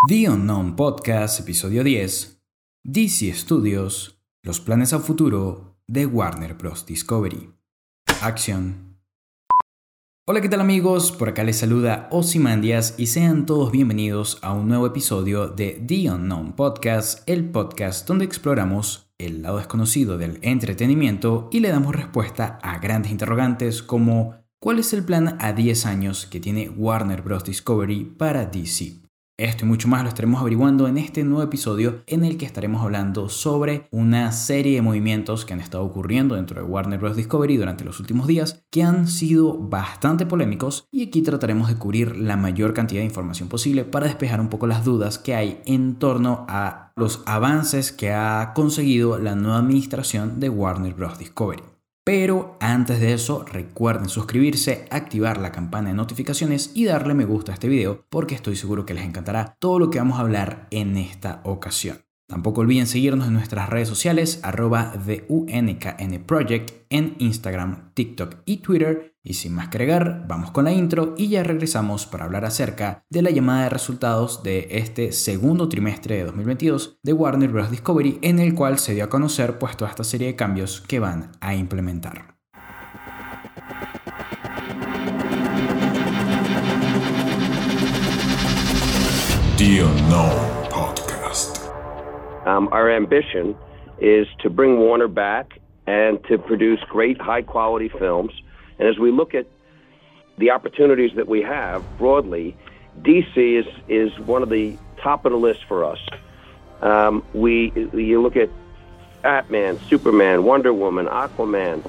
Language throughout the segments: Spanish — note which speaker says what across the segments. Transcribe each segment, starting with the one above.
Speaker 1: The Unknown Podcast, episodio 10, DC Studios, los planes a futuro de Warner Bros. Discovery. Acción. Hola, ¿qué tal amigos? Por acá les saluda Ozymandias y sean todos bienvenidos a un nuevo episodio de The Unknown Podcast, el podcast donde exploramos el lado desconocido del entretenimiento y le damos respuesta a grandes interrogantes como ¿cuál es el plan a 10 años que tiene Warner Bros. Discovery para DC? Esto y mucho más lo estaremos averiguando en este nuevo episodio en el que estaremos hablando sobre una serie de movimientos que han estado ocurriendo dentro de Warner Bros. Discovery durante los últimos días que han sido bastante polémicos y aquí trataremos de cubrir la mayor cantidad de información posible para despejar un poco las dudas que hay en torno a los avances que ha conseguido la nueva administración de Warner Bros. Discovery. Pero antes de eso, recuerden suscribirse, activar la campana de notificaciones y darle me gusta a este video porque estoy seguro que les encantará todo lo que vamos a hablar en esta ocasión. Tampoco olviden seguirnos en nuestras redes sociales @TheUNKNProject en Instagram, TikTok y Twitter. Y sin más que agregar, vamos con la intro y ya regresamos para hablar acerca de la llamada de resultados de este segundo trimestre de 2022 de Warner Bros. Discovery, en el cual se dio a conocer pues toda esta serie de cambios que van a implementar.
Speaker 2: The Unknown Podcast.
Speaker 3: Our ambition is to bring Warner back and to produce great high-quality films. And as we look at the opportunities that we have broadly, DC is one of the top of the list for us. You look at Batman, Superman, Wonder Woman, Aquaman.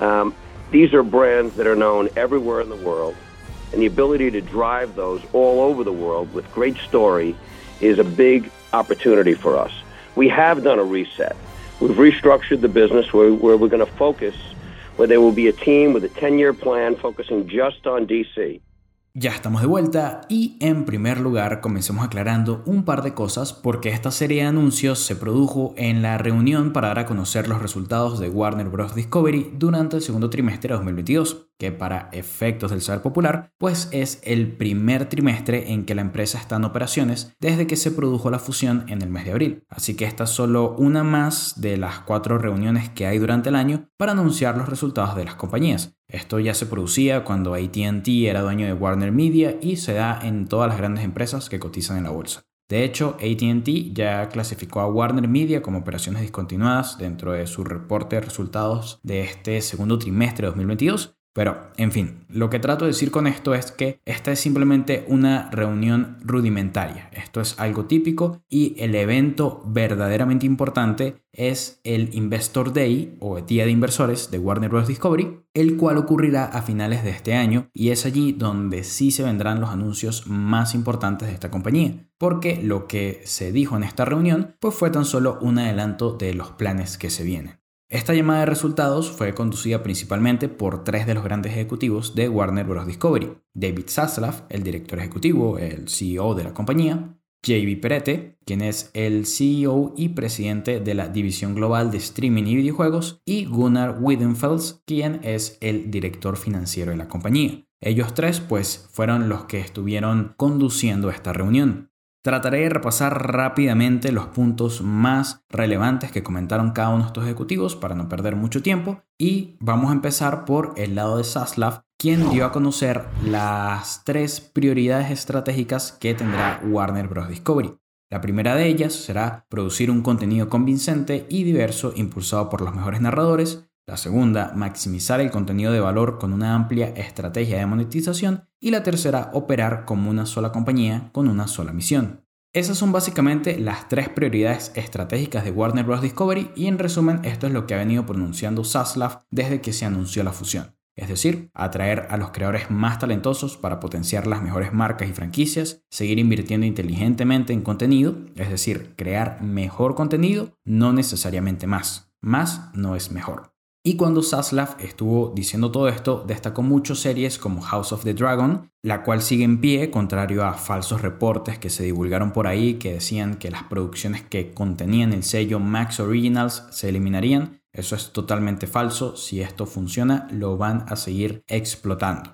Speaker 3: These are brands that are known everywhere in the world, and the ability to drive those all over the world with great story is a big opportunity for us. We have done a reset. We've restructured the business where we're going to focus, where there will be a team with a 10-year plan focusing just on DC.
Speaker 1: Ya estamos de vuelta y en primer lugar comencemos aclarando un par de cosas porque esta serie de anuncios se produjo en la reunión para dar a conocer los resultados de Warner Bros. Discovery durante el segundo trimestre de 2022, que para efectos del saber popular pues es el primer trimestre en que la empresa está en operaciones desde que se produjo la fusión en el mes de abril. Así que esta es solo una más de las 4 reuniones que hay durante el año para anunciar los resultados de las compañías. Esto ya se producía cuando AT&T era dueño de Warner Media y se da en todas las grandes empresas que cotizan en la bolsa. De hecho, AT&T ya clasificó a Warner Media como operaciones discontinuadas dentro de su reporte de resultados de este segundo trimestre de 2022. Pero, en fin, lo que trato de decir con esto es que esta es simplemente una reunión rudimentaria. Esto es algo típico y el evento verdaderamente importante es el Investor Day o Día de Inversores de Warner Bros. Discovery, el cual ocurrirá a finales de este año y es allí donde sí se vendrán los anuncios más importantes de esta compañía, porque lo que se dijo en esta reunión pues fue tan solo un adelanto de los planes que se vienen. Esta llamada de resultados fue conducida principalmente por 3 de los grandes ejecutivos de Warner Bros. Discovery: David Zaslav, el director ejecutivo, el CEO de la compañía; JB Perrette, quien es el CEO y presidente de la división global de streaming y videojuegos; y Gunnar Wiedenfels, quien es el director financiero de la compañía. Ellos 3 pues fueron los que estuvieron conduciendo esta reunión. Trataré de repasar rápidamente los puntos más relevantes que comentaron cada uno de estos ejecutivos para no perder mucho tiempo y vamos a empezar por el lado de Zaslav, quien dio a conocer las 3 prioridades estratégicas que tendrá Warner Bros. Discovery. La primera de ellas será producir un contenido convincente y diverso impulsado por los mejores narradores. La segunda, maximizar el contenido de valor con una amplia estrategia de monetización. Y la tercera, operar como una sola compañía con una sola misión. Esas son básicamente las 3 prioridades estratégicas de Warner Bros. Discovery y en resumen esto es lo que ha venido pronunciando Zaslav desde que se anunció la fusión. Es decir, atraer a los creadores más talentosos para potenciar las mejores marcas y franquicias, seguir invirtiendo inteligentemente en contenido, es decir, crear mejor contenido, no necesariamente más. Más no es mejor. Y cuando Zaslav estuvo diciendo todo esto, destacó muchas series como House of the Dragon, la cual sigue en pie, contrario a falsos reportes que se divulgaron por ahí que decían que las producciones que contenían el sello Max Originals se eliminarían. Eso es totalmente falso. Si esto funciona, lo van a seguir explotando.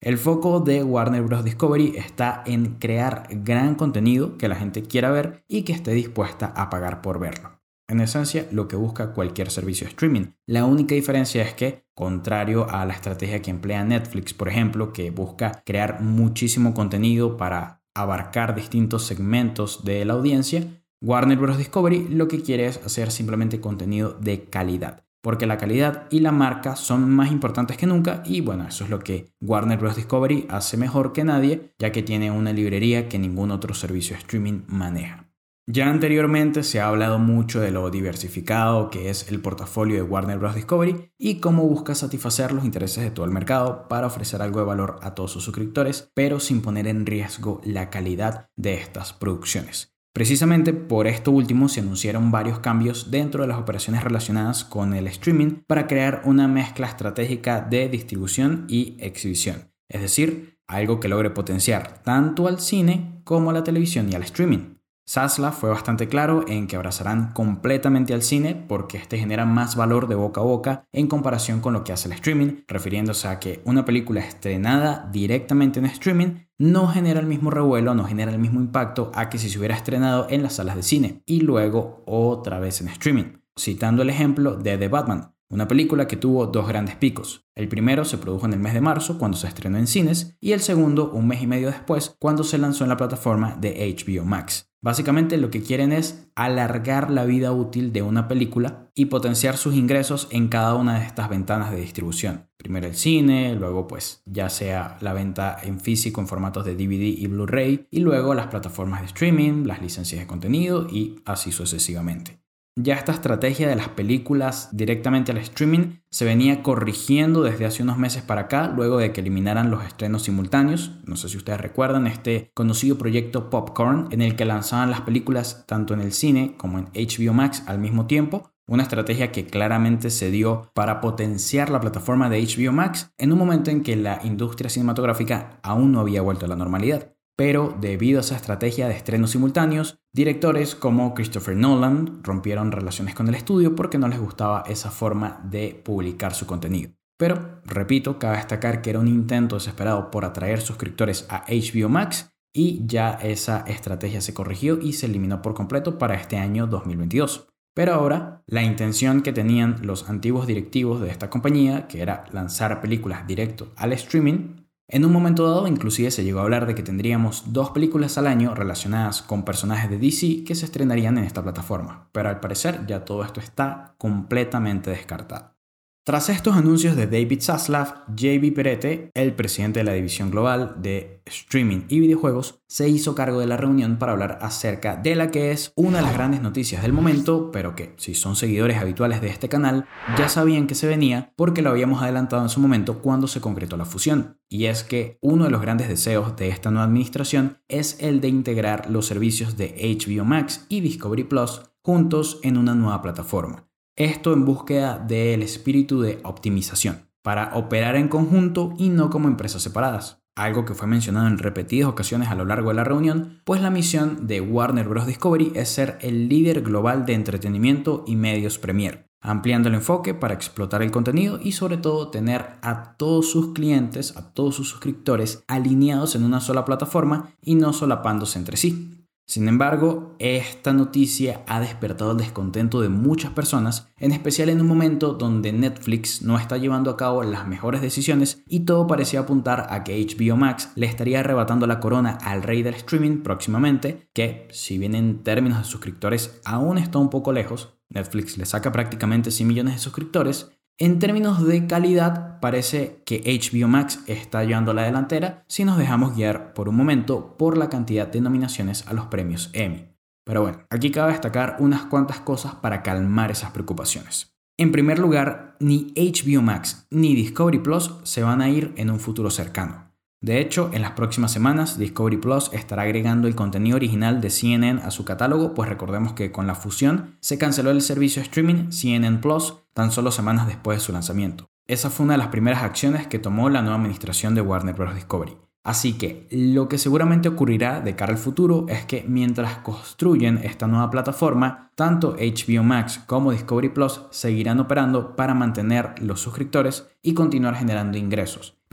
Speaker 1: El foco de Warner Bros. Discovery está en crear gran contenido que la gente quiera ver y que esté dispuesta a pagar por verlo. En esencia, lo que busca cualquier servicio de streaming. La única diferencia es que, contrario a la estrategia que emplea Netflix, por ejemplo, que busca crear muchísimo contenido para abarcar distintos segmentos de la audiencia, Warner Bros. Discovery lo que quiere es hacer simplemente contenido de calidad. Porque la calidad y la marca son más importantes que nunca y bueno, eso es lo que Warner Bros. Discovery hace mejor que nadie, ya que tiene una librería que ningún otro servicio de streaming maneja. Ya anteriormente se ha hablado mucho de lo diversificado que es el portafolio de Warner Bros. Discovery y cómo busca satisfacer los intereses de todo el mercado para ofrecer algo de valor a todos sus suscriptores, pero sin poner en riesgo la calidad de estas producciones. Precisamente por esto último se anunciaron varios cambios dentro de las operaciones relacionadas con el streaming para crear una mezcla estratégica de distribución y exhibición, es decir, algo que logre potenciar tanto al cine como a la televisión y al streaming. Zaslav fue bastante claro en que abrazarán completamente al cine porque este genera más valor de boca a boca en comparación con lo que hace el streaming, refiriéndose a que una película estrenada directamente en streaming no genera el mismo revuelo, no genera el mismo impacto a que si se hubiera estrenado en las salas de cine y luego otra vez en streaming. Citando el ejemplo de The Batman, una película que tuvo dos grandes picos. El primero se produjo en el mes de marzo cuando se estrenó en cines y el segundo un mes y medio después cuando se lanzó en la plataforma de HBO Max. Básicamente lo que quieren es alargar la vida útil de una película y potenciar sus ingresos en cada una de estas ventanas de distribución. Primero el cine, luego pues ya sea la venta en físico en formatos de DVD y Blu-ray y luego las plataformas de streaming, las licencias de contenido y así sucesivamente. Ya esta estrategia de las películas directamente al streaming se venía corrigiendo desde hace unos meses para acá, luego de que eliminaran los estrenos simultáneos. No sé si ustedes recuerdan este conocido proyecto Popcorn, en el que lanzaban las películas tanto en el cine como en HBO Max al mismo tiempo. Una estrategia que claramente se dio para potenciar la plataforma de HBO Max en un momento en que la industria cinematográfica aún no había vuelto a la normalidad. Pero debido a esa estrategia de estrenos simultáneos, directores como Christopher Nolan rompieron relaciones con el estudio porque no les gustaba esa forma de publicar su contenido. Pero, repito, cabe destacar que era un intento desesperado por atraer suscriptores a HBO Max y ya esa estrategia se corrigió y se eliminó por completo para este año 2022. Pero ahora, la intención que tenían los antiguos directivos de esta compañía, que era lanzar películas directo al streaming, en un momento dado inclusive se llegó a hablar de que tendríamos 2 películas al año relacionadas con personajes de DC que se estrenarían en esta plataforma, pero al parecer ya todo esto está completamente descartado. Tras estos anuncios de David Zaslav, JB Perrette, el presidente de la división global de streaming y videojuegos, se hizo cargo de la reunión para hablar acerca de la que es una de las grandes noticias del momento, pero que si son seguidores habituales de este canal ya sabían que se venía porque lo habíamos adelantado en su momento cuando se concretó la fusión. Y es que uno de los grandes deseos de esta nueva administración es el de integrar los servicios de HBO Max y Discovery Plus juntos en una nueva plataforma. Esto en búsqueda del espíritu de optimización, para operar en conjunto y no como empresas separadas. Algo que fue mencionado en repetidas ocasiones a lo largo de la reunión, pues la misión de Warner Bros. Discovery es ser el líder global de entretenimiento y medios premier, ampliando el enfoque para explotar el contenido y sobre todo tener a todos sus clientes, a todos sus suscriptores alineados en una sola plataforma y no solapándose entre sí. Sin embargo, esta noticia ha despertado el descontento de muchas personas, en especial en un momento donde Netflix no está llevando a cabo las mejores decisiones y todo parecía apuntar a que HBO Max le estaría arrebatando la corona al rey del streaming próximamente, que si bien en términos de suscriptores aún está un poco lejos, Netflix le saca prácticamente 100 millones de suscriptores. En términos de calidad, parece que HBO Max está llevando la delantera si nos dejamos guiar por un momento por la cantidad de nominaciones a los premios Emmy. Pero bueno, aquí cabe destacar unas cuantas cosas para calmar esas preocupaciones. En primer lugar, ni HBO Max ni Discovery Plus se van a ir en un futuro cercano. De hecho, en las próximas semanas, Discovery Plus estará agregando el contenido original de CNN a su catálogo, pues recordemos que con la fusión se canceló el servicio de streaming CNN Plus tan solo semanas después de su lanzamiento. Esa fue una de las primeras acciones que tomó la nueva administración de Warner Bros. Discovery. Así que lo que seguramente ocurrirá de cara al futuro es que mientras construyen esta nueva plataforma, tanto HBO Max como Discovery Plus seguirán operando para mantener los suscriptores y continuar generando ingresos.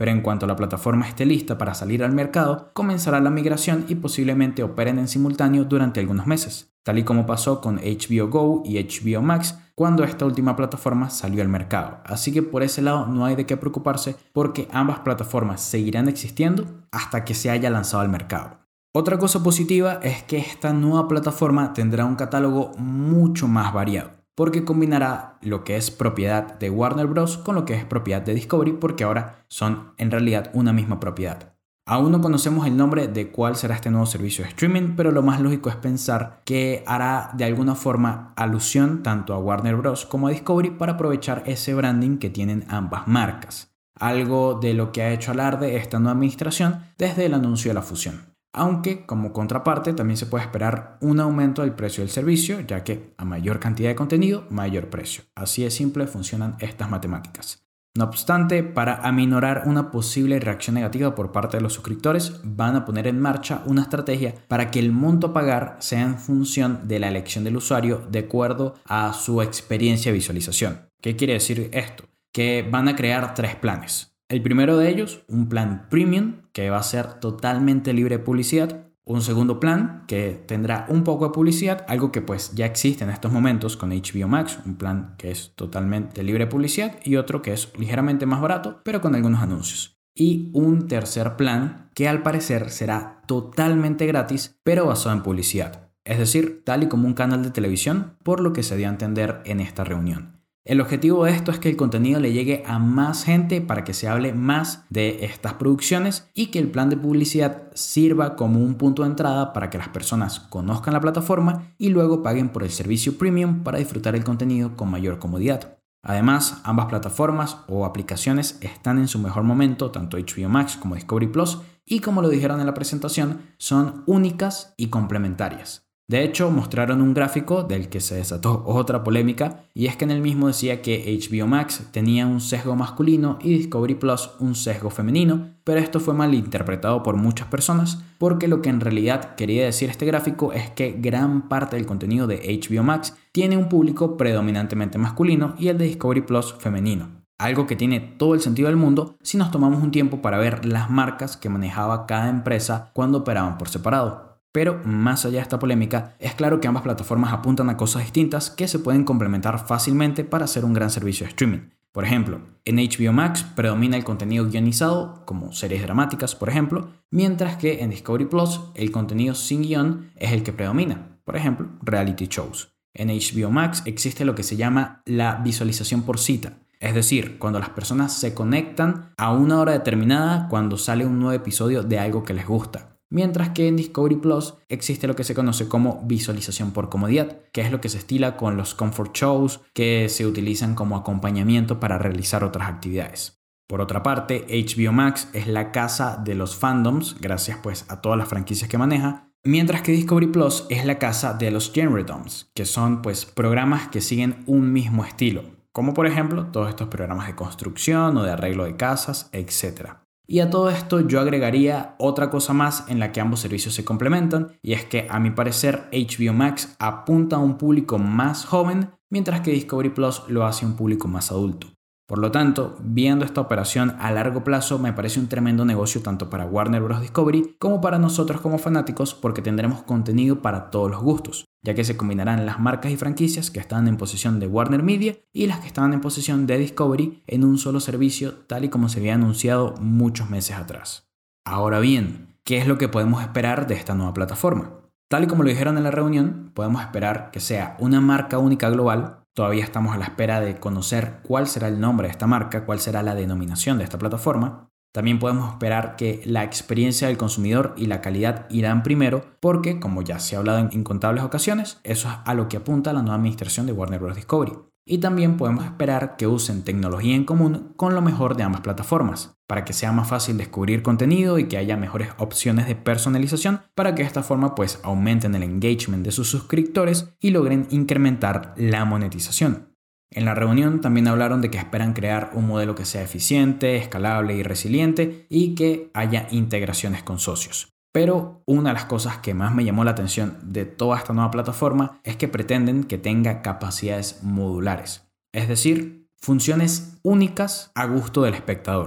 Speaker 1: pero en cuanto la plataforma esté lista para salir al mercado, comenzará la migración y posiblemente operen en simultáneo durante algunos meses, tal y como pasó con HBO Go y HBO Max cuando esta última plataforma salió al mercado. Así que por ese lado no hay de qué preocuparse porque ambas plataformas seguirán existiendo hasta que se haya lanzado al mercado. Otra cosa positiva es que esta nueva plataforma tendrá un catálogo mucho más variado, porque combinará lo que es propiedad de Warner Bros. Con lo que es propiedad de Discovery, porque ahora son en realidad una misma propiedad. Aún no conocemos el nombre de cuál será este nuevo servicio de streaming, pero lo más lógico es pensar que hará de alguna forma alusión tanto a Warner Bros. Como a Discovery para aprovechar ese branding que tienen ambas marcas. Algo de lo que ha hecho alarde esta nueva administración desde el anuncio de la fusión. Aunque, como contraparte, también se puede esperar un aumento del precio del servicio, ya que a mayor cantidad de contenido, mayor precio. Así de simple funcionan estas matemáticas. No obstante, para aminorar una posible reacción negativa por parte de los suscriptores, van a poner en marcha una estrategia para que el monto a pagar sea en función de la elección del usuario de acuerdo a su experiencia de visualización. ¿Qué quiere decir esto? Que van a crear 3 planes. El primero de ellos, un plan premium, que va a ser totalmente libre de publicidad. Un segundo plan que tendrá un poco de publicidad, algo que pues ya existe en estos momentos con HBO Max, un plan que es totalmente libre de publicidad, y otro que es ligeramente más barato, pero con algunos anuncios. Y un tercer plan que al parecer será totalmente gratis, pero basado en publicidad. Es decir, tal y como un canal de televisión, por lo que se dio a entender en esta reunión. El objetivo de esto es que el contenido le llegue a más gente para que se hable más de estas producciones y que el plan de publicidad sirva como un punto de entrada para que las personas conozcan la plataforma y luego paguen por el servicio premium para disfrutar el contenido con mayor comodidad. Además, ambas plataformas o aplicaciones están en su mejor momento, tanto HBO Max como Discovery Plus, y como lo dijeron en la presentación, son únicas y complementarias. De hecho, mostraron un gráfico del que se desató otra polémica, y es que en el mismo decía que HBO Max tenía un sesgo masculino y Discovery Plus un sesgo femenino, pero esto fue malinterpretado por muchas personas porque lo que en realidad quería decir este gráfico es que gran parte del contenido de HBO Max tiene un público predominantemente masculino y el de Discovery Plus femenino. Algo que tiene todo el sentido del mundo si nos tomamos un tiempo para ver las marcas que manejaba cada empresa cuando operaban por separado. Pero más allá de esta polémica, es claro que ambas plataformas apuntan a cosas distintas que se pueden complementar fácilmente para hacer un gran servicio de streaming. Por ejemplo, en HBO Max predomina el contenido guionizado, como series dramáticas, por ejemplo, mientras que en Discovery Plus el contenido sin guión es el que predomina, por ejemplo, reality shows. En HBO Max existe lo que se llama la visualización por cita, es decir, cuando las personas se conectan a una hora determinada cuando sale un nuevo episodio de algo que les gusta. Mientras que en Discovery Plus existe lo que se conoce como visualización por comodidad, que es lo que se estila con los comfort shows que se utilizan como acompañamiento para realizar otras actividades. Por otra parte, HBO Max es la casa de los fandoms, gracias pues a todas las franquicias que maneja, mientras que Discovery Plus es la casa de los genredoms, que son pues programas que siguen un mismo estilo, como por ejemplo todos estos programas de construcción o de arreglo de casas, etc. Y a todo esto yo agregaría otra cosa más en la que ambos servicios se complementan, y es que a mi parecer HBO Max apunta a un público más joven, mientras que Discovery Plus lo hace a un público más adulto. Por lo tanto, viendo esta operación a largo plazo me parece un tremendo negocio tanto para Warner Bros. Discovery como para nosotros como fanáticos, porque tendremos contenido para todos los gustos, ya que se combinarán las marcas y franquicias que estaban en posesión de Warner Media y las que estaban en posesión de Discovery en un solo servicio, tal y como se había anunciado muchos meses atrás. Ahora bien, ¿qué es lo que podemos esperar de esta nueva plataforma? Tal y como lo dijeron en la reunión, podemos esperar que sea una marca única global. Todavía estamos a la espera de conocer cuál será el nombre de esta marca, cuál será la denominación de esta plataforma. También podemos esperar que la experiencia del consumidor y la calidad irán primero porque, como ya se ha hablado en incontables ocasiones, eso es a lo que apunta la nueva administración de Warner Bros. Discovery. Y también podemos esperar que usen tecnología en común con lo mejor de ambas plataformas, para que sea más fácil descubrir contenido y que haya mejores opciones de personalización para que de esta forma pues aumenten el engagement de sus suscriptores y logren incrementar la monetización. En la reunión también hablaron de que esperan crear un modelo que sea eficiente, escalable y resiliente y que haya integraciones con socios. Pero una de las cosas que más me llamó la atención de toda esta nueva plataforma es que pretenden que tenga capacidades modulares, es decir, funciones únicas a gusto del espectador.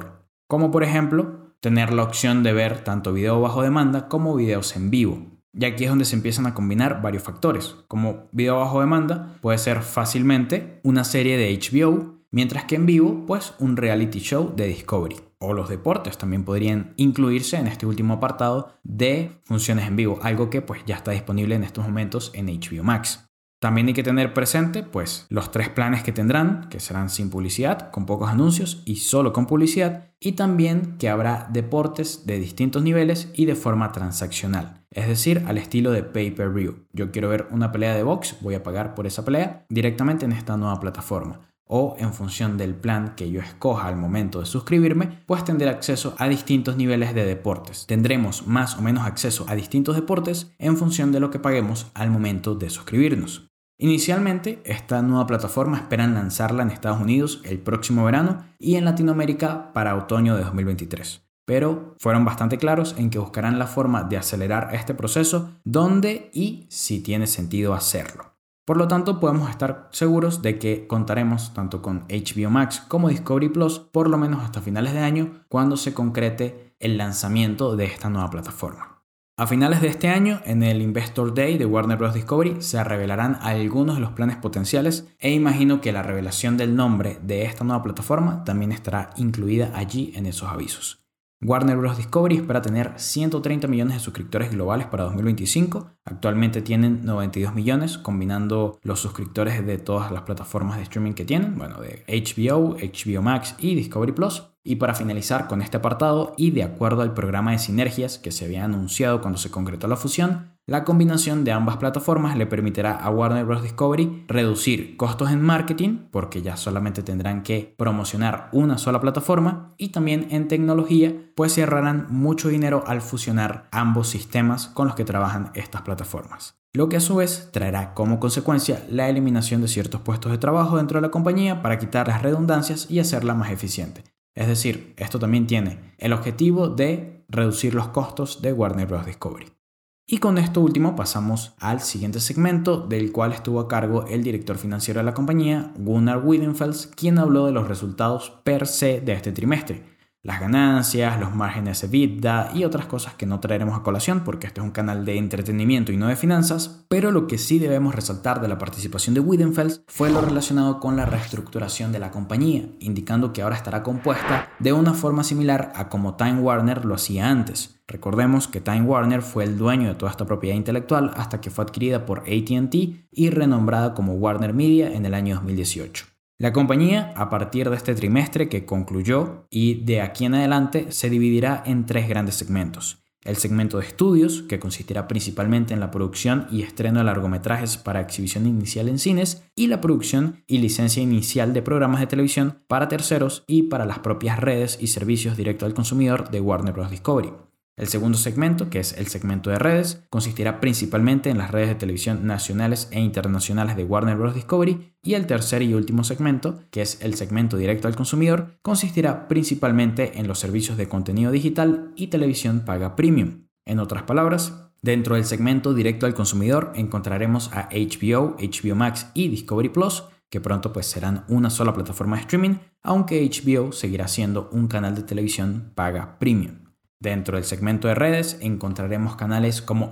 Speaker 1: como por ejemplo tener la opción de ver tanto video bajo demanda como videos en vivo. Y aquí es donde se empiezan a combinar varios factores, como video bajo demanda puede ser fácilmente una serie de HBO, mientras que en vivo pues un reality show de Discovery. O los deportes también podrían incluirse en este último apartado de funciones en vivo, algo que pues ya está disponible en estos momentos en HBO Max. También hay que tener presente pues los 3 planes que tendrán, que serán sin publicidad, con pocos anuncios y solo con publicidad, y también que habrá deportes de distintos niveles y de forma transaccional, es decir, al estilo de pay-per-view. Yo quiero ver una pelea de box, voy a pagar por esa pelea directamente en esta nueva plataforma. O en función del plan que yo escoja al momento de suscribirme, pues tendré acceso a distintos niveles de deportes. Tendremos más o menos acceso a distintos deportes en función de lo que paguemos al momento de suscribirnos. Inicialmente, esta nueva plataforma esperan lanzarla en Estados Unidos el próximo verano y en Latinoamérica para otoño de 2023. Pero fueron bastante claros en que buscarán la forma de acelerar este proceso, dónde y si tiene sentido hacerlo. Por lo tanto, podemos estar seguros de que contaremos tanto con HBO Max como Discovery Plus por lo menos hasta finales de año, cuando se concrete el lanzamiento de esta nueva plataforma. A finales de este año, en el Investor Day de Warner Bros. Discovery, se revelarán algunos de los planes potenciales e imagino que la revelación del nombre de esta nueva plataforma también estará incluida allí en esos avisos. Warner Bros. Discovery espera tener 130 millones de suscriptores globales para 2025. Actualmente tienen 92 millones, combinando los suscriptores de todas las plataformas de streaming que tienen, de HBO, HBO Max y Discovery Plus. Y para finalizar con este apartado, y de acuerdo al programa de sinergias que se había anunciado cuando se concretó la fusión, la combinación de ambas plataformas le permitirá a Warner Bros. Discovery reducir costos en marketing, porque ya solamente tendrán que promocionar una sola plataforma, y también en tecnología, pues se ahorrarán mucho dinero al fusionar ambos sistemas con los que trabajan estas plataformas. Lo que a su vez traerá como consecuencia la eliminación de ciertos puestos de trabajo dentro de la compañía para quitar las redundancias y hacerla más eficiente. Es decir, esto también tiene el objetivo de reducir los costos de Warner Bros. Discovery. Y con esto último pasamos al siguiente segmento, del cual estuvo a cargo el director financiero de la compañía, Gunnar Wiedenfels, quien habló de los resultados per se de este trimestre. Las ganancias, los márgenes EBITDA y otras cosas que no traeremos a colación porque este es un canal de entretenimiento y no de finanzas, pero lo que sí debemos resaltar de la participación de Wiedenfels fue lo relacionado con la reestructuración de la compañía, indicando que ahora estará compuesta de una forma similar a como Time Warner lo hacía antes. Recordemos que Time Warner fue el dueño de toda esta propiedad intelectual hasta que fue adquirida por AT&T y renombrada como Warner Media en el año 2018. La compañía, a partir de este trimestre que concluyó y de aquí en adelante, se dividirá en 3 grandes segmentos. El segmento de estudios, que consistirá principalmente en la producción y estreno de largometrajes para exhibición inicial en cines, y la producción y licencia inicial de programas de televisión para terceros y para las propias redes y servicios directo al consumidor de Warner Bros. Discovery. El segundo segmento, que es el segmento de redes, consistirá principalmente en las redes de televisión nacionales e internacionales de Warner Bros. Discovery, y el tercer y último segmento, que es el segmento directo al consumidor, consistirá principalmente en los servicios de contenido digital y televisión paga premium. En otras palabras, dentro del segmento directo al consumidor encontraremos a HBO, HBO Max y Discovery Plus, que pronto pues serán una sola plataforma de streaming, aunque HBO seguirá siendo un canal de televisión paga premium. Dentro del segmento de redes encontraremos canales como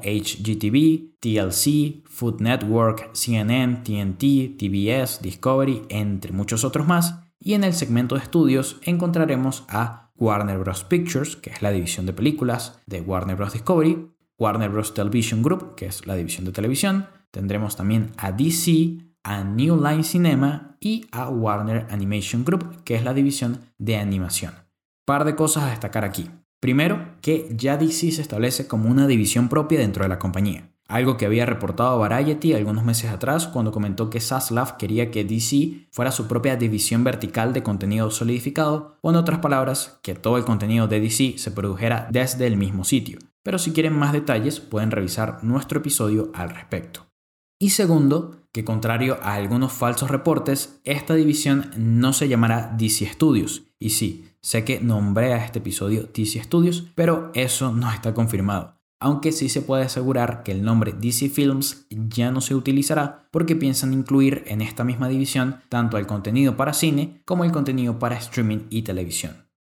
Speaker 1: HGTV, TLC, Food Network, CNN, TNT, TBS, Discovery, entre muchos otros más. Y en el segmento de estudios encontraremos a Warner Bros. Pictures, que es la división de películas de Warner Bros. Discovery, Warner Bros. Television Group, que es la división de televisión. Tendremos también a DC, a New Line Cinema y a Warner Animation Group, que es la división de animación. Par de cosas a destacar aquí. Primero, que ya DC se establece como una división propia dentro de la compañía. Algo que había reportado Variety algunos meses atrás cuando comentó que Zaslav quería que DC fuera su propia división vertical de contenido solidificado, o en otras palabras, que todo el contenido de DC se produjera desde el mismo sitio. Pero si quieren más detalles pueden revisar nuestro episodio al respecto. Y segundo, que contrario a algunos falsos reportes, esta división no se llamará DC Studios. Y sí, sé que nombré a este episodio DC Studios, pero eso no está confirmado. Aunque sí se puede asegurar que el nombre DC Films ya no se utilizará porque piensan incluir en esta misma división tanto el contenido para cine como el contenido para streaming y televisión.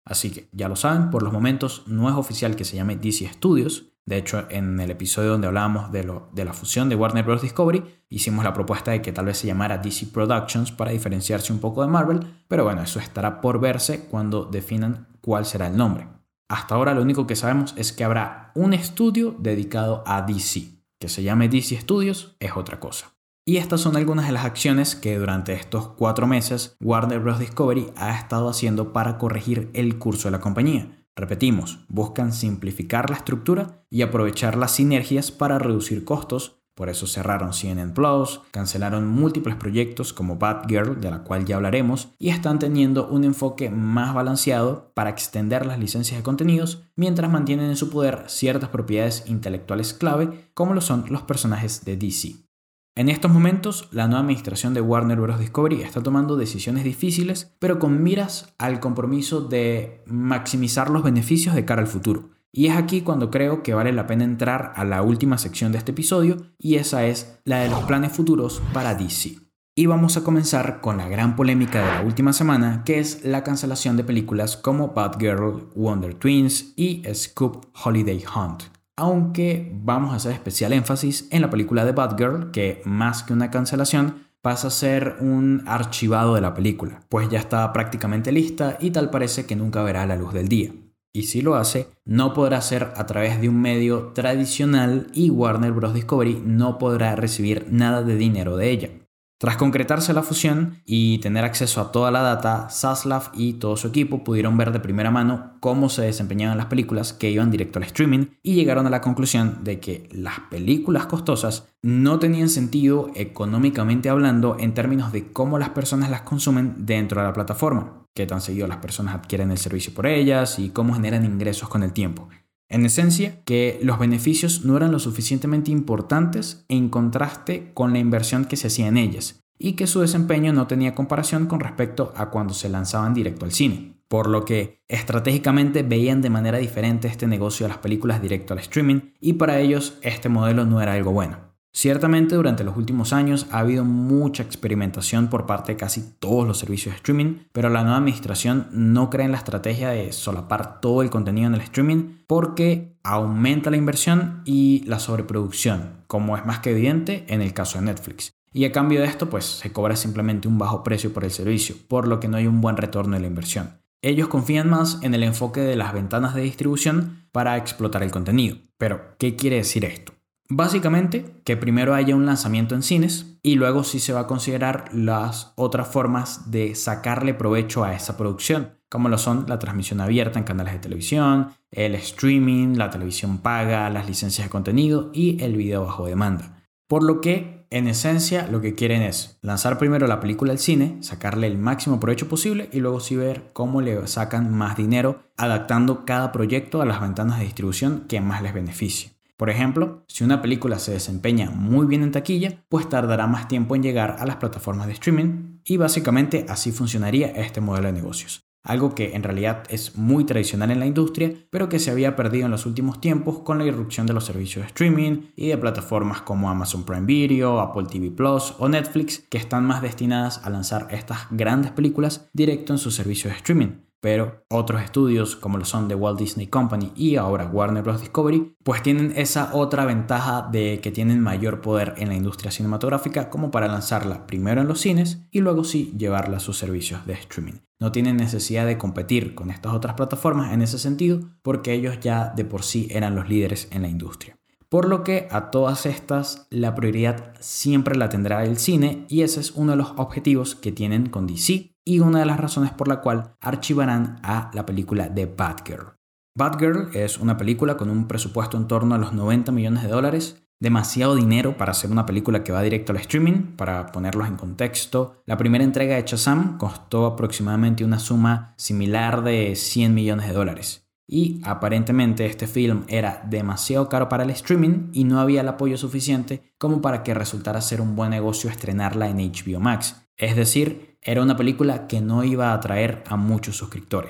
Speaker 1: Así que ya lo saben, por los momentos no es oficial que se llame DC Studios. De hecho, en el episodio donde hablábamos de la fusión de Warner Bros. Discovery, hicimos la propuesta de que tal vez se llamara DC Productions para diferenciarse un poco de Marvel, pero bueno, eso estará por verse cuando definan cuál será el nombre. Hasta ahora lo único que sabemos es que habrá un estudio dedicado a DC. Que se llame DC Studios es otra cosa. Y estas son algunas de las acciones que durante estos 4 meses Warner Bros. Discovery ha estado haciendo para corregir el curso de la compañía. Repetimos, buscan simplificar la estructura y aprovechar las sinergias para reducir costos. Por eso cerraron CNN Plus, cancelaron múltiples proyectos como Batgirl, de la cual ya hablaremos, y están teniendo un enfoque más balanceado para extender las licencias de contenidos, mientras mantienen en su poder ciertas propiedades intelectuales clave, como lo son los personajes de DC. En estos momentos, la nueva administración de Warner Bros. Discovery está tomando decisiones difíciles, pero con miras al compromiso de maximizar los beneficios de cara al futuro. Y es aquí cuando creo que vale la pena entrar a la última sección de este episodio, y esa es la de los planes futuros para DC. Y vamos a comenzar con la gran polémica de la última semana, que es la cancelación de películas como Batgirl, Wonder Twins y Scoop Holiday Hunt. Aunque vamos a hacer especial énfasis en la película de Batgirl, que más que una cancelación pasa a ser un archivado de la película, pues ya está prácticamente lista y tal parece que nunca verá la luz del día. Y si lo hace, no podrá ser a través de un medio tradicional y Warner Bros. Discovery no podrá recibir nada de dinero de ella. Tras concretarse la fusión y tener acceso a toda la data, Zaslav y todo su equipo pudieron ver de primera mano cómo se desempeñaban las películas que iban directo al streaming y llegaron a la conclusión de que las películas costosas no tenían sentido económicamente hablando en términos de cómo las personas las consumen dentro de la plataforma, qué tan seguido las personas adquieren el servicio por ellas y cómo generan ingresos con el tiempo. En esencia, que los beneficios no eran lo suficientemente importantes en contraste con la inversión que se hacía en ellas, y que su desempeño no tenía comparación con respecto a cuando se lanzaban directo al cine. Por lo que estratégicamente veían de manera diferente este negocio de las películas directo al streaming, y para ellos este modelo no era algo bueno. Ciertamente durante los últimos años ha habido mucha experimentación por parte de casi todos los servicios de streaming, pero la nueva administración no cree en la estrategia de solapar todo el contenido en el streaming porque aumenta la inversión y la sobreproducción, como es más que evidente en el caso de Netflix. Y a cambio de esto, pues se cobra simplemente un bajo precio por el servicio, por lo que no hay un buen retorno de la inversión. Ellos confían más en el enfoque de las ventanas de distribución para explotar el contenido. Pero, ¿qué quiere decir esto? Básicamente, que primero haya un lanzamiento en cines y luego sí se va a considerar las otras formas de sacarle provecho a esa producción, como lo son la transmisión abierta en canales de televisión, el streaming, la televisión paga, las licencias de contenido y el video bajo demanda. Por lo que, en esencia, lo que quieren es lanzar primero la película al cine, sacarle el máximo provecho posible y luego sí ver cómo le sacan más dinero, adaptando cada proyecto a las ventanas de distribución que más les beneficie. Por ejemplo, si una película se desempeña muy bien en taquilla, pues tardará más tiempo en llegar a las plataformas de streaming y básicamente así funcionaría este modelo de negocios. Algo que en realidad es muy tradicional en la industria, pero que se había perdido en los últimos tiempos con la irrupción de los servicios de streaming y de plataformas como Amazon Prime Video, Apple TV Plus o Netflix, que están más destinadas a lanzar estas grandes películas directo en sus servicios de streaming. Pero otros estudios, como lo son de Walt Disney Company y ahora Warner Bros. Discovery, pues tienen esa otra ventaja de que tienen mayor poder en la industria cinematográfica como para lanzarla primero en los cines y luego sí llevarla a sus servicios de streaming. No tienen necesidad de competir con estas otras plataformas en ese sentido porque ellos ya de por sí eran los líderes en la industria. Por lo que a todas estas la prioridad siempre la tendrá el cine y ese es uno de los objetivos que tienen con DC y una de las razones por la cual archivarán a la película de Batgirl. Batgirl es una película con un presupuesto en torno a los $90 millones, demasiado dinero para hacer una película que va directo al streaming. Para ponerlos en contexto, la primera entrega de Shazam costó aproximadamente una suma similar de $100 millones. Y aparentemente este film era demasiado caro para el streaming y no había el apoyo suficiente como para que resultara ser un buen negocio estrenarla en HBO Max. Es decir, era una película que no iba a atraer a muchos suscriptores.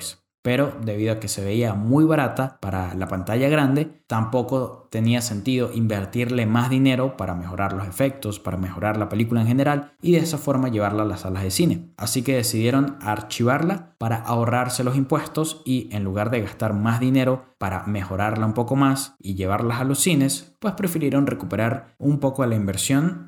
Speaker 1: pero debido a que se veía muy barata para la pantalla grande, tampoco tenía sentido invertirle más dinero para mejorar los efectos, para mejorar la película en general y de esa forma llevarla a las salas de cine. Así que decidieron archivarla para ahorrarse los impuestos y en lugar de gastar más dinero para mejorarla un poco más y llevarlas a los cines, pues prefirieron recuperar un poco de la inversión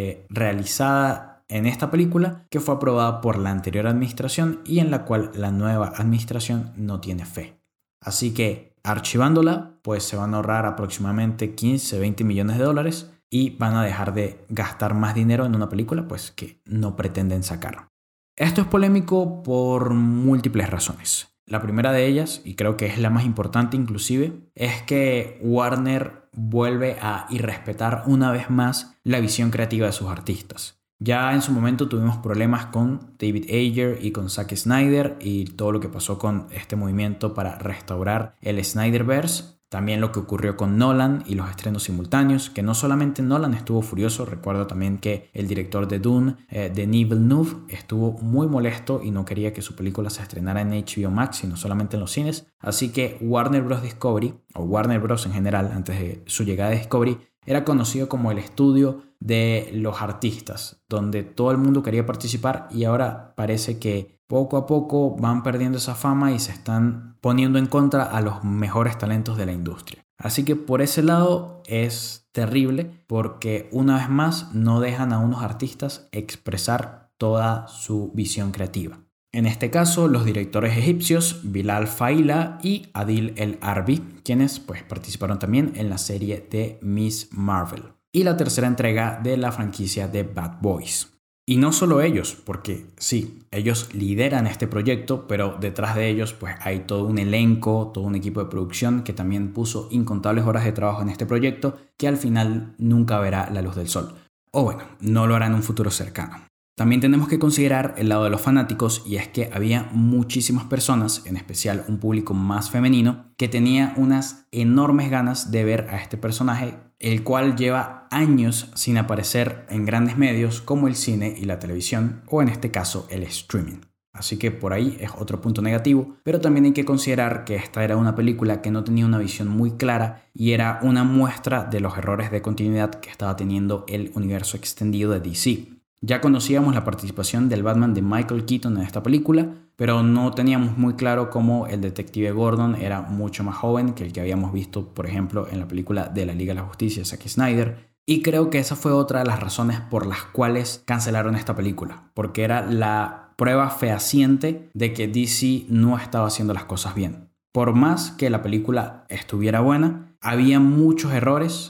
Speaker 1: realizada en esta película, que fue aprobada por la anterior administración y en la cual la nueva administración no tiene fe. Así que archivándola, pues se van a ahorrar aproximadamente 15-20 millones de dólares y van a dejar de gastar más dinero en una película pues que no pretenden sacar. Esto es polémico por múltiples razones. La primera de ellas, y creo que es la más importante inclusive, es que Warner vuelve a irrespetar una vez más la visión creativa de sus artistas. Ya en su momento tuvimos problemas con David Ayer y con Zack Snyder y todo lo que pasó con este movimiento para restaurar el Snyderverse. También lo que ocurrió con Nolan y los estrenos simultáneos, que no solamente Nolan estuvo furioso, recuerdo también que el director de Dune, Denis Villeneuve, estuvo muy molesto y no quería que su película se estrenara en HBO Max, sino solamente en los cines. Así que Warner Bros. Discovery, o Warner Bros. En general, antes de su llegada a Discovery, era conocido como el estudio de los artistas, donde todo el mundo quería participar y ahora parece que poco a poco van perdiendo esa fama y se están poniendo en contra a los mejores talentos de la industria. Así que por ese lado es terrible porque una vez más no dejan a unos artistas expresar toda su visión creativa. En este caso, los directores egipcios Bilal Faila y Adil El Arbi, quienes pues participaron también en la serie de Miss Marvel y la tercera entrega de la franquicia de Bad Boys. Y no solo ellos, porque sí, ellos lideran este proyecto, pero detrás de ellos pues hay todo un elenco, todo un equipo de producción que también puso incontables horas de trabajo en este proyecto que al final nunca verá la luz del sol. O bueno, no lo hará en un futuro cercano. También tenemos que considerar el lado de los fanáticos y es que había muchísimas personas, en especial un público más femenino, que tenía unas enormes ganas de ver a este personaje, el cual lleva años sin aparecer en grandes medios como el cine y la televisión, o en este caso el streaming. Así que por ahí es otro punto negativo, pero también hay que considerar que esta era una película que no tenía una visión muy clara y era una muestra de los errores de continuidad que estaba teniendo el universo extendido de DC. Ya conocíamos la participación del Batman de Michael Keaton en esta película, pero no teníamos muy claro cómo el detective Gordon era mucho más joven que el que habíamos visto, por ejemplo, en la película de la Liga de la Justicia de Zack Snyder. Y creo que esa fue otra de las razones por las cuales cancelaron esta película, porque era la prueba fehaciente de que DC no estaba haciendo las cosas bien. Por más que la película estuviera buena, había muchos errores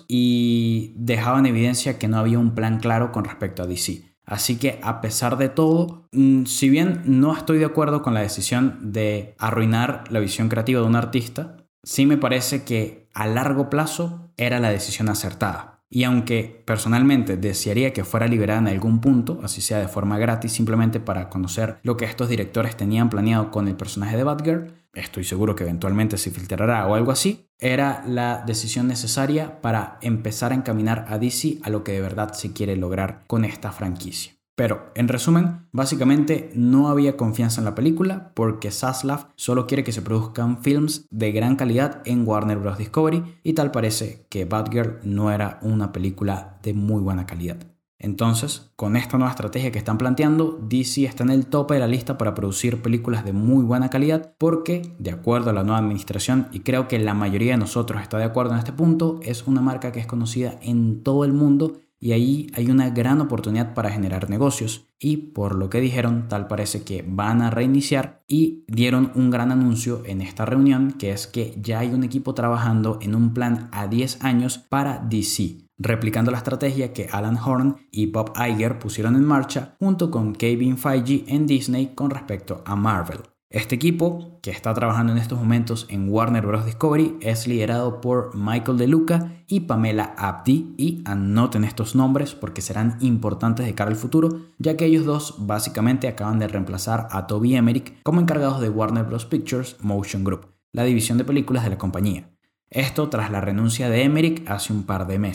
Speaker 1: y dejaban evidencia que no había un plan claro con respecto a DC. Así que a pesar de todo, si bien no estoy de acuerdo con la decisión de arruinar la visión creativa de un artista, sí me parece que a largo plazo era la decisión acertada. Y aunque personalmente desearía que fuera liberada en algún punto, así sea de forma gratis, simplemente para conocer lo que estos directores tenían planeado con el personaje de Batgirl, estoy seguro que eventualmente se filtrará o algo así, era la decisión necesaria para empezar a encaminar a DC a lo que de verdad se quiere lograr con esta franquicia. Pero, en resumen, básicamente no había confianza en la película porque Zaslav solo quiere que se produzcan films de gran calidad en Warner Bros. Discovery y tal parece que Batgirl no era una película de muy buena calidad. Entonces, con esta nueva estrategia que están planteando, DC está en el tope de la lista para producir películas de muy buena calidad porque, de acuerdo a la nueva administración, y creo que la mayoría de nosotros está de acuerdo en este punto, es una marca que es conocida en todo el mundo y ahí hay una gran oportunidad para generar negocios y por lo que dijeron tal parece que van a reiniciar y dieron un gran anuncio en esta reunión que es que ya hay un equipo trabajando en un plan a 10 años para DC, replicando la estrategia que Alan Horn y Bob Iger pusieron en marcha junto con Kevin Feige en Disney con respecto a Marvel. Este equipo, que está trabajando en estos momentos en Warner Bros. Discovery, es liderado por Michael De Luca y Pamela Abdi, y anoten estos nombres porque serán importantes de cara al futuro, ya que ellos dos básicamente acaban de reemplazar a Toby Emmerich como encargados de Warner Bros. Pictures Motion Group, la división de películas de la compañía. Esto tras la renuncia de Emmerich hace un par de meses.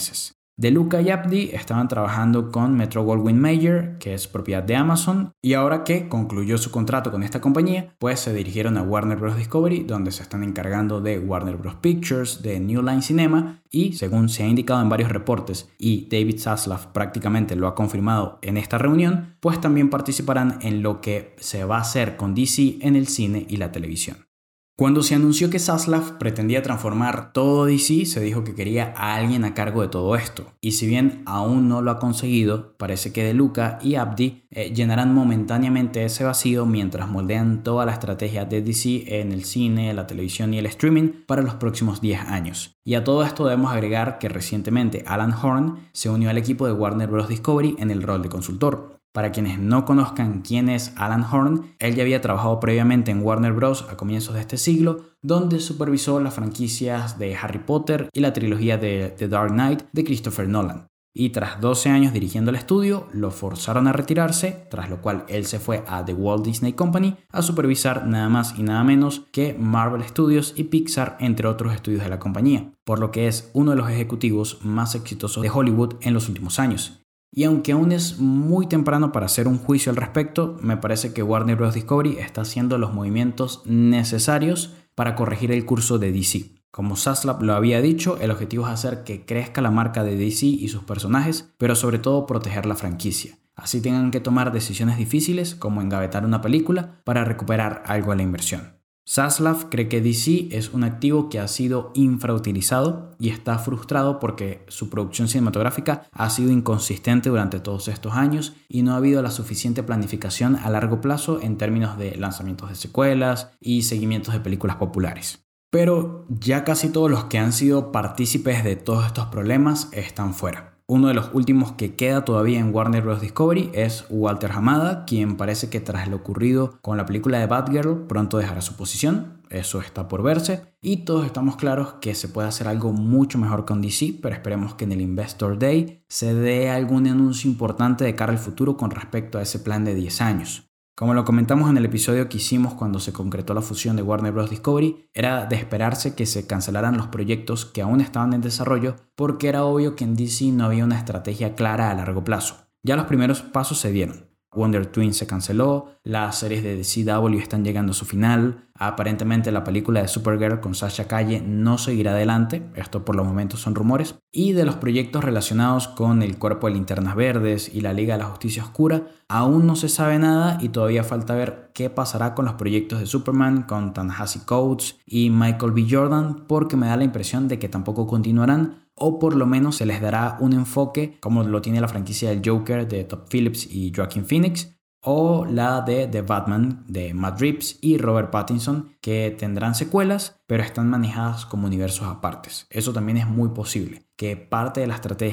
Speaker 1: De Luca y Abdi estaban trabajando con Metro-Goldwyn-Mayer, que es propiedad de Amazon, y ahora que concluyó su contrato con esta compañía, pues se dirigieron a Warner Bros. Discovery, donde se están encargando de Warner Bros. Pictures, de New Line Cinema, y según se ha indicado en varios reportes, y David Zaslav prácticamente lo ha confirmado en esta reunión, pues también participarán en lo que se va a hacer con DC en el cine y la televisión. Cuando se anunció que Zaslav pretendía transformar todo DC, se dijo que quería a alguien a cargo de todo esto. Y si bien aún no lo ha conseguido, parece que De Luca y Abdi llenarán momentáneamente ese vacío mientras moldean toda la estrategia de DC en el cine, la televisión y el streaming para los próximos 10 años. Y a todo esto debemos agregar que recientemente Alan Horn se unió al equipo de Warner Bros. Discovery en el rol de consultor. Para quienes no conozcan quién es Alan Horn, él ya había trabajado previamente en Warner Bros. A comienzos de este siglo, donde supervisó las franquicias de Harry Potter y la trilogía de The Dark Knight de Christopher Nolan. Y tras 12 años dirigiendo el estudio, lo forzaron a retirarse, tras lo cual él se fue a The Walt Disney Company a supervisar nada más y nada menos que Marvel Studios y Pixar, entre otros estudios de la compañía, por lo que es uno de los ejecutivos más exitosos de Hollywood en los últimos años. Y aunque aún es muy temprano para hacer un juicio al respecto, me parece que Warner Bros. Discovery está haciendo los movimientos necesarios para corregir el curso de DC. Como Zaslav lo había dicho, el objetivo es hacer que crezca la marca de DC y sus personajes, pero sobre todo proteger la franquicia. Así tengan que tomar decisiones difíciles como engavetar una película para recuperar algo de la inversión. Zaslav cree que DC es un activo que ha sido infrautilizado y está frustrado porque su producción cinematográfica ha sido inconsistente durante todos estos años y no ha habido la suficiente planificación a largo plazo en términos de lanzamientos de secuelas y seguimientos de películas populares. Pero ya casi todos los que han sido partícipes de todos estos problemas están fuera. Uno de los últimos que queda todavía en Warner Bros. Discovery es Walter Hamada, quien parece que tras lo ocurrido con la película de Batgirl pronto dejará su posición. Eso está por verse y todos estamos claros que se puede hacer algo mucho mejor con DC, pero esperemos que en el Investor Day se dé algún anuncio importante de cara al futuro con respecto a ese plan de 10 años. Como lo comentamos en el episodio que hicimos cuando se concretó la fusión de Warner Bros. Discovery, era de esperarse que se cancelaran los proyectos que aún estaban en desarrollo porque era obvio que en DC no había una estrategia clara a largo plazo. Ya los primeros pasos se dieron. Wonder Twins se canceló, las series de CW están llegando a su final, aparentemente la película de Supergirl con Sasha Calle no seguirá adelante, esto por los momentos son rumores, y de los proyectos relacionados con el Cuerpo de Linternas Verdes y la Liga de la Justicia Oscura aún no se sabe nada y todavía falta ver qué pasará con los proyectos de Superman con Ta-Nehisi Coates y Michael B. Jordan, porque me da la impresión de que tampoco continuarán, o por lo menos se les dará un enfoque como lo tiene la franquicia del Joker de Todd Phillips y Joaquin Phoenix, o la de The Batman de Matt Reeves y Robert Pattinson, que tendrán secuelas pero están manejadas como universos apartes. Eso también es muy posible, que parte de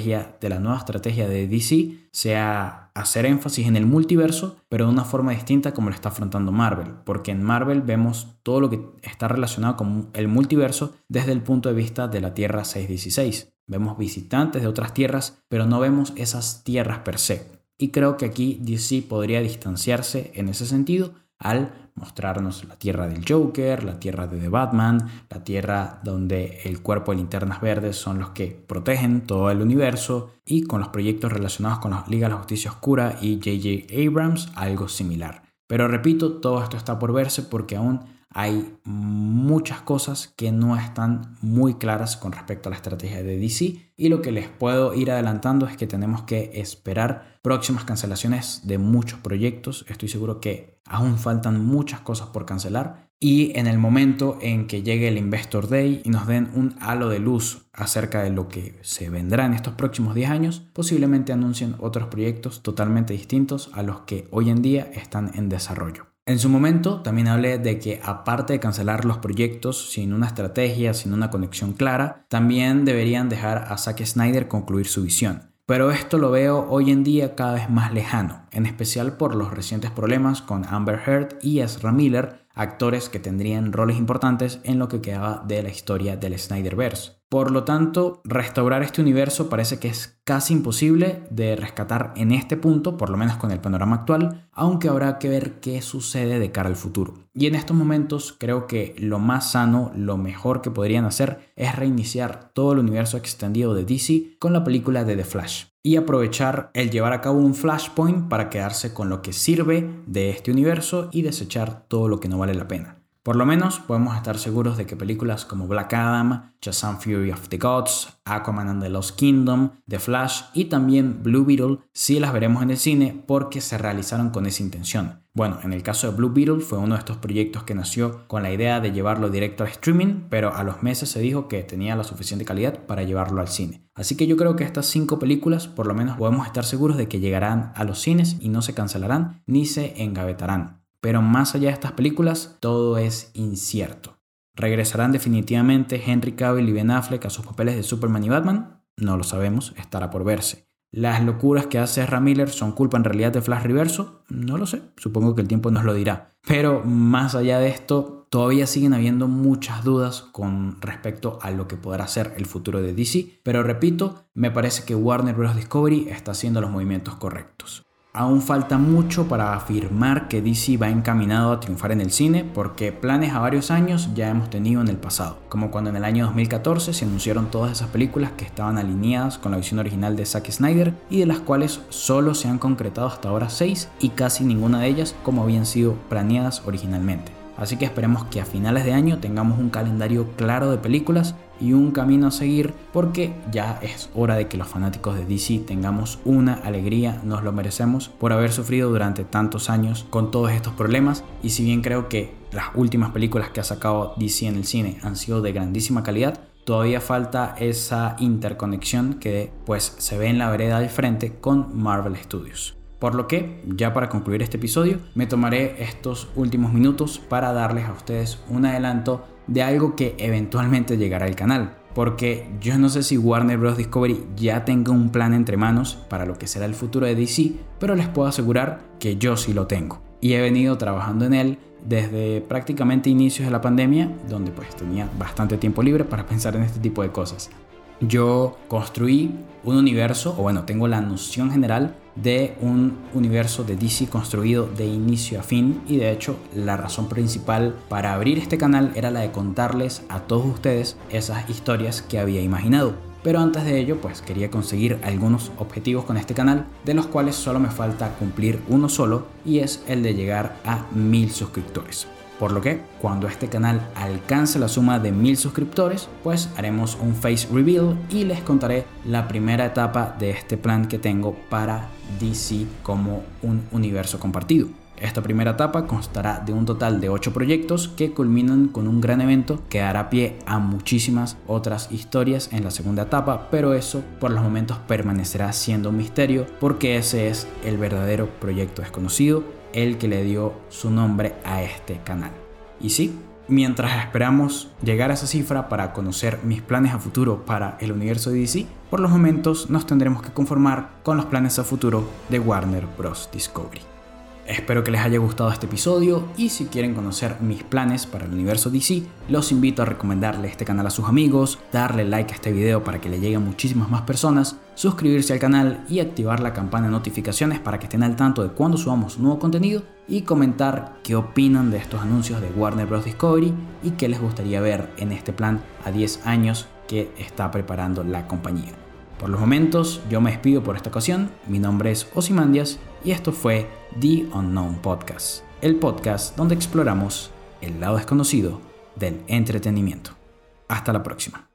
Speaker 1: la nueva estrategia de DC sea hacer énfasis en el multiverso, pero de una forma distinta como lo está afrontando Marvel, porque en Marvel vemos todo lo que está relacionado con el multiverso desde el punto de vista de la Tierra 616. Vemos visitantes de otras tierras, pero no vemos esas tierras per se. Y creo que aquí DC podría distanciarse en ese sentido al mostrarnos la tierra del Joker, la tierra de The Batman, la tierra donde el Cuerpo de Linternas Verdes son los que protegen todo el universo, y con los proyectos relacionados con la Liga de la Justicia Oscura y J.J. Abrams algo similar. Pero repito, todo esto está por verse porque aún hay muchas cosas que no están muy claras con respecto a la estrategia de DC, y lo que les puedo ir adelantando es que tenemos que esperar próximas cancelaciones de muchos proyectos. Estoy seguro que aún faltan muchas cosas por cancelar, y en el momento en que llegue el Investor Day y nos den un halo de luz acerca de lo que se vendrá en estos próximos 10 años, posiblemente anuncien otros proyectos totalmente distintos a los que hoy en día están en desarrollo. En su momento también hablé de que aparte de cancelar los proyectos sin una estrategia, sin una conexión clara, también deberían dejar a Zack Snyder concluir su visión. Pero esto lo veo hoy en día cada vez más lejano, en especial por los recientes problemas con Amber Heard y Ezra Miller, actores que tendrían roles importantes en lo que quedaba de la historia del Snyderverse. Por lo tanto, restaurar este universo parece que es casi imposible de rescatar en este punto, por lo menos con el panorama actual, aunque habrá que ver qué sucede de cara al futuro. Y en estos momentos creo que lo más sano, lo mejor que podrían hacer es reiniciar todo el universo extendido de DC con la película de The Flash y aprovechar el llevar a cabo un Flashpoint para quedarse con lo que sirve de este universo y desechar todo lo que no vale la pena. Por lo menos podemos estar seguros de que películas como Black Adam, Shazam Fury of the Gods, Aquaman and the Lost Kingdom, The Flash y también Blue Beetle sí las veremos en el cine porque se realizaron con esa intención. Bueno, en el caso de Blue Beetle fue uno de estos proyectos que nació con la idea de llevarlo directo al streaming, pero a los meses se dijo que tenía la suficiente calidad para llevarlo al cine. Así que yo creo que estas 5 películas por lo menos podemos estar seguros de que llegarán a los cines y no se cancelarán ni se engavetarán. Pero más allá de estas películas, todo es incierto. ¿Regresarán definitivamente Henry Cavill y Ben Affleck a sus papeles de Superman y Batman? No lo sabemos, estará por verse. ¿Las locuras que hace Ezra Miller son culpa en realidad de Flash Reverso? No lo sé, supongo que el tiempo nos lo dirá. Pero más allá de esto, todavía siguen habiendo muchas dudas con respecto a lo que podrá ser el futuro de DC. Pero repito, me parece que Warner Bros. Discovery está haciendo los movimientos correctos. Aún falta mucho para afirmar que DC va encaminado a triunfar en el cine porque planes a varios años ya hemos tenido en el pasado, como cuando en el año 2014 se anunciaron todas esas películas que estaban alineadas con la visión original de Zack Snyder y de las cuales solo se han concretado hasta ahora 6 y casi ninguna de ellas como habían sido planeadas originalmente. Así que esperemos que a finales de año tengamos un calendario claro de películas y un camino a seguir porque ya es hora de que los fanáticos de DC tengamos una alegría, nos lo merecemos por haber sufrido durante tantos años con todos estos problemas. Y si bien creo que las últimas películas que ha sacado DC en el cine han sido de grandísima calidad, todavía falta esa interconexión que pues se ve en la vereda del frente con Marvel Studios. Por lo que, ya para concluir este episodio, me tomaré estos últimos minutos para darles a ustedes un adelanto de algo que eventualmente llegará al canal. Porque yo no sé si Warner Bros. Discovery ya tenga un plan entre manos para lo que será el futuro de DC, pero les puedo asegurar que yo sí lo tengo. Y he venido trabajando en él desde prácticamente inicios de la pandemia, donde pues tenía bastante tiempo libre para pensar en este tipo de cosas. Yo construí un universo, o bueno, tengo la noción general de un universo de DC construido de inicio a fin y de hecho la razón principal para abrir este canal era la de contarles a todos ustedes esas historias que había imaginado. Pero antes de ello pues quería conseguir algunos objetivos con este canal, de los cuales solo me falta cumplir uno solo y es el de llegar a 1000 suscriptores. Por lo que, cuando este canal alcance la suma de 1000 suscriptores, pues haremos un face reveal y les contaré la primera etapa de este plan que tengo para DC como un universo compartido. Esta primera etapa constará de un total de 8 proyectos que culminan con un gran evento que dará pie a muchísimas otras historias en la segunda etapa, pero eso por los momentos permanecerá siendo un misterio porque ese es el verdadero proyecto desconocido, el que le dio su nombre a este canal. Y sí, mientras esperamos llegar a esa cifra para conocer mis planes a futuro para el universo de DC, por los momentos nos tendremos que conformar con los planes a futuro de Warner Bros. Discovery. Espero que les haya gustado este episodio y si quieren conocer mis planes para el universo DC, los invito a recomendarle este canal a sus amigos, darle like a este video para que le lleguen muchísimas más personas, suscribirse al canal y activar la campana de notificaciones para que estén al tanto de cuando subamos nuevo contenido y comentar qué opinan de estos anuncios de Warner Bros. Discovery y qué les gustaría ver en este plan a 10 años que está preparando la compañía. Por los momentos, yo me despido por esta ocasión. Mi nombre es Ozymandias y esto fue The Unknown Podcast, el podcast donde exploramos el lado desconocido del entretenimiento. Hasta la próxima.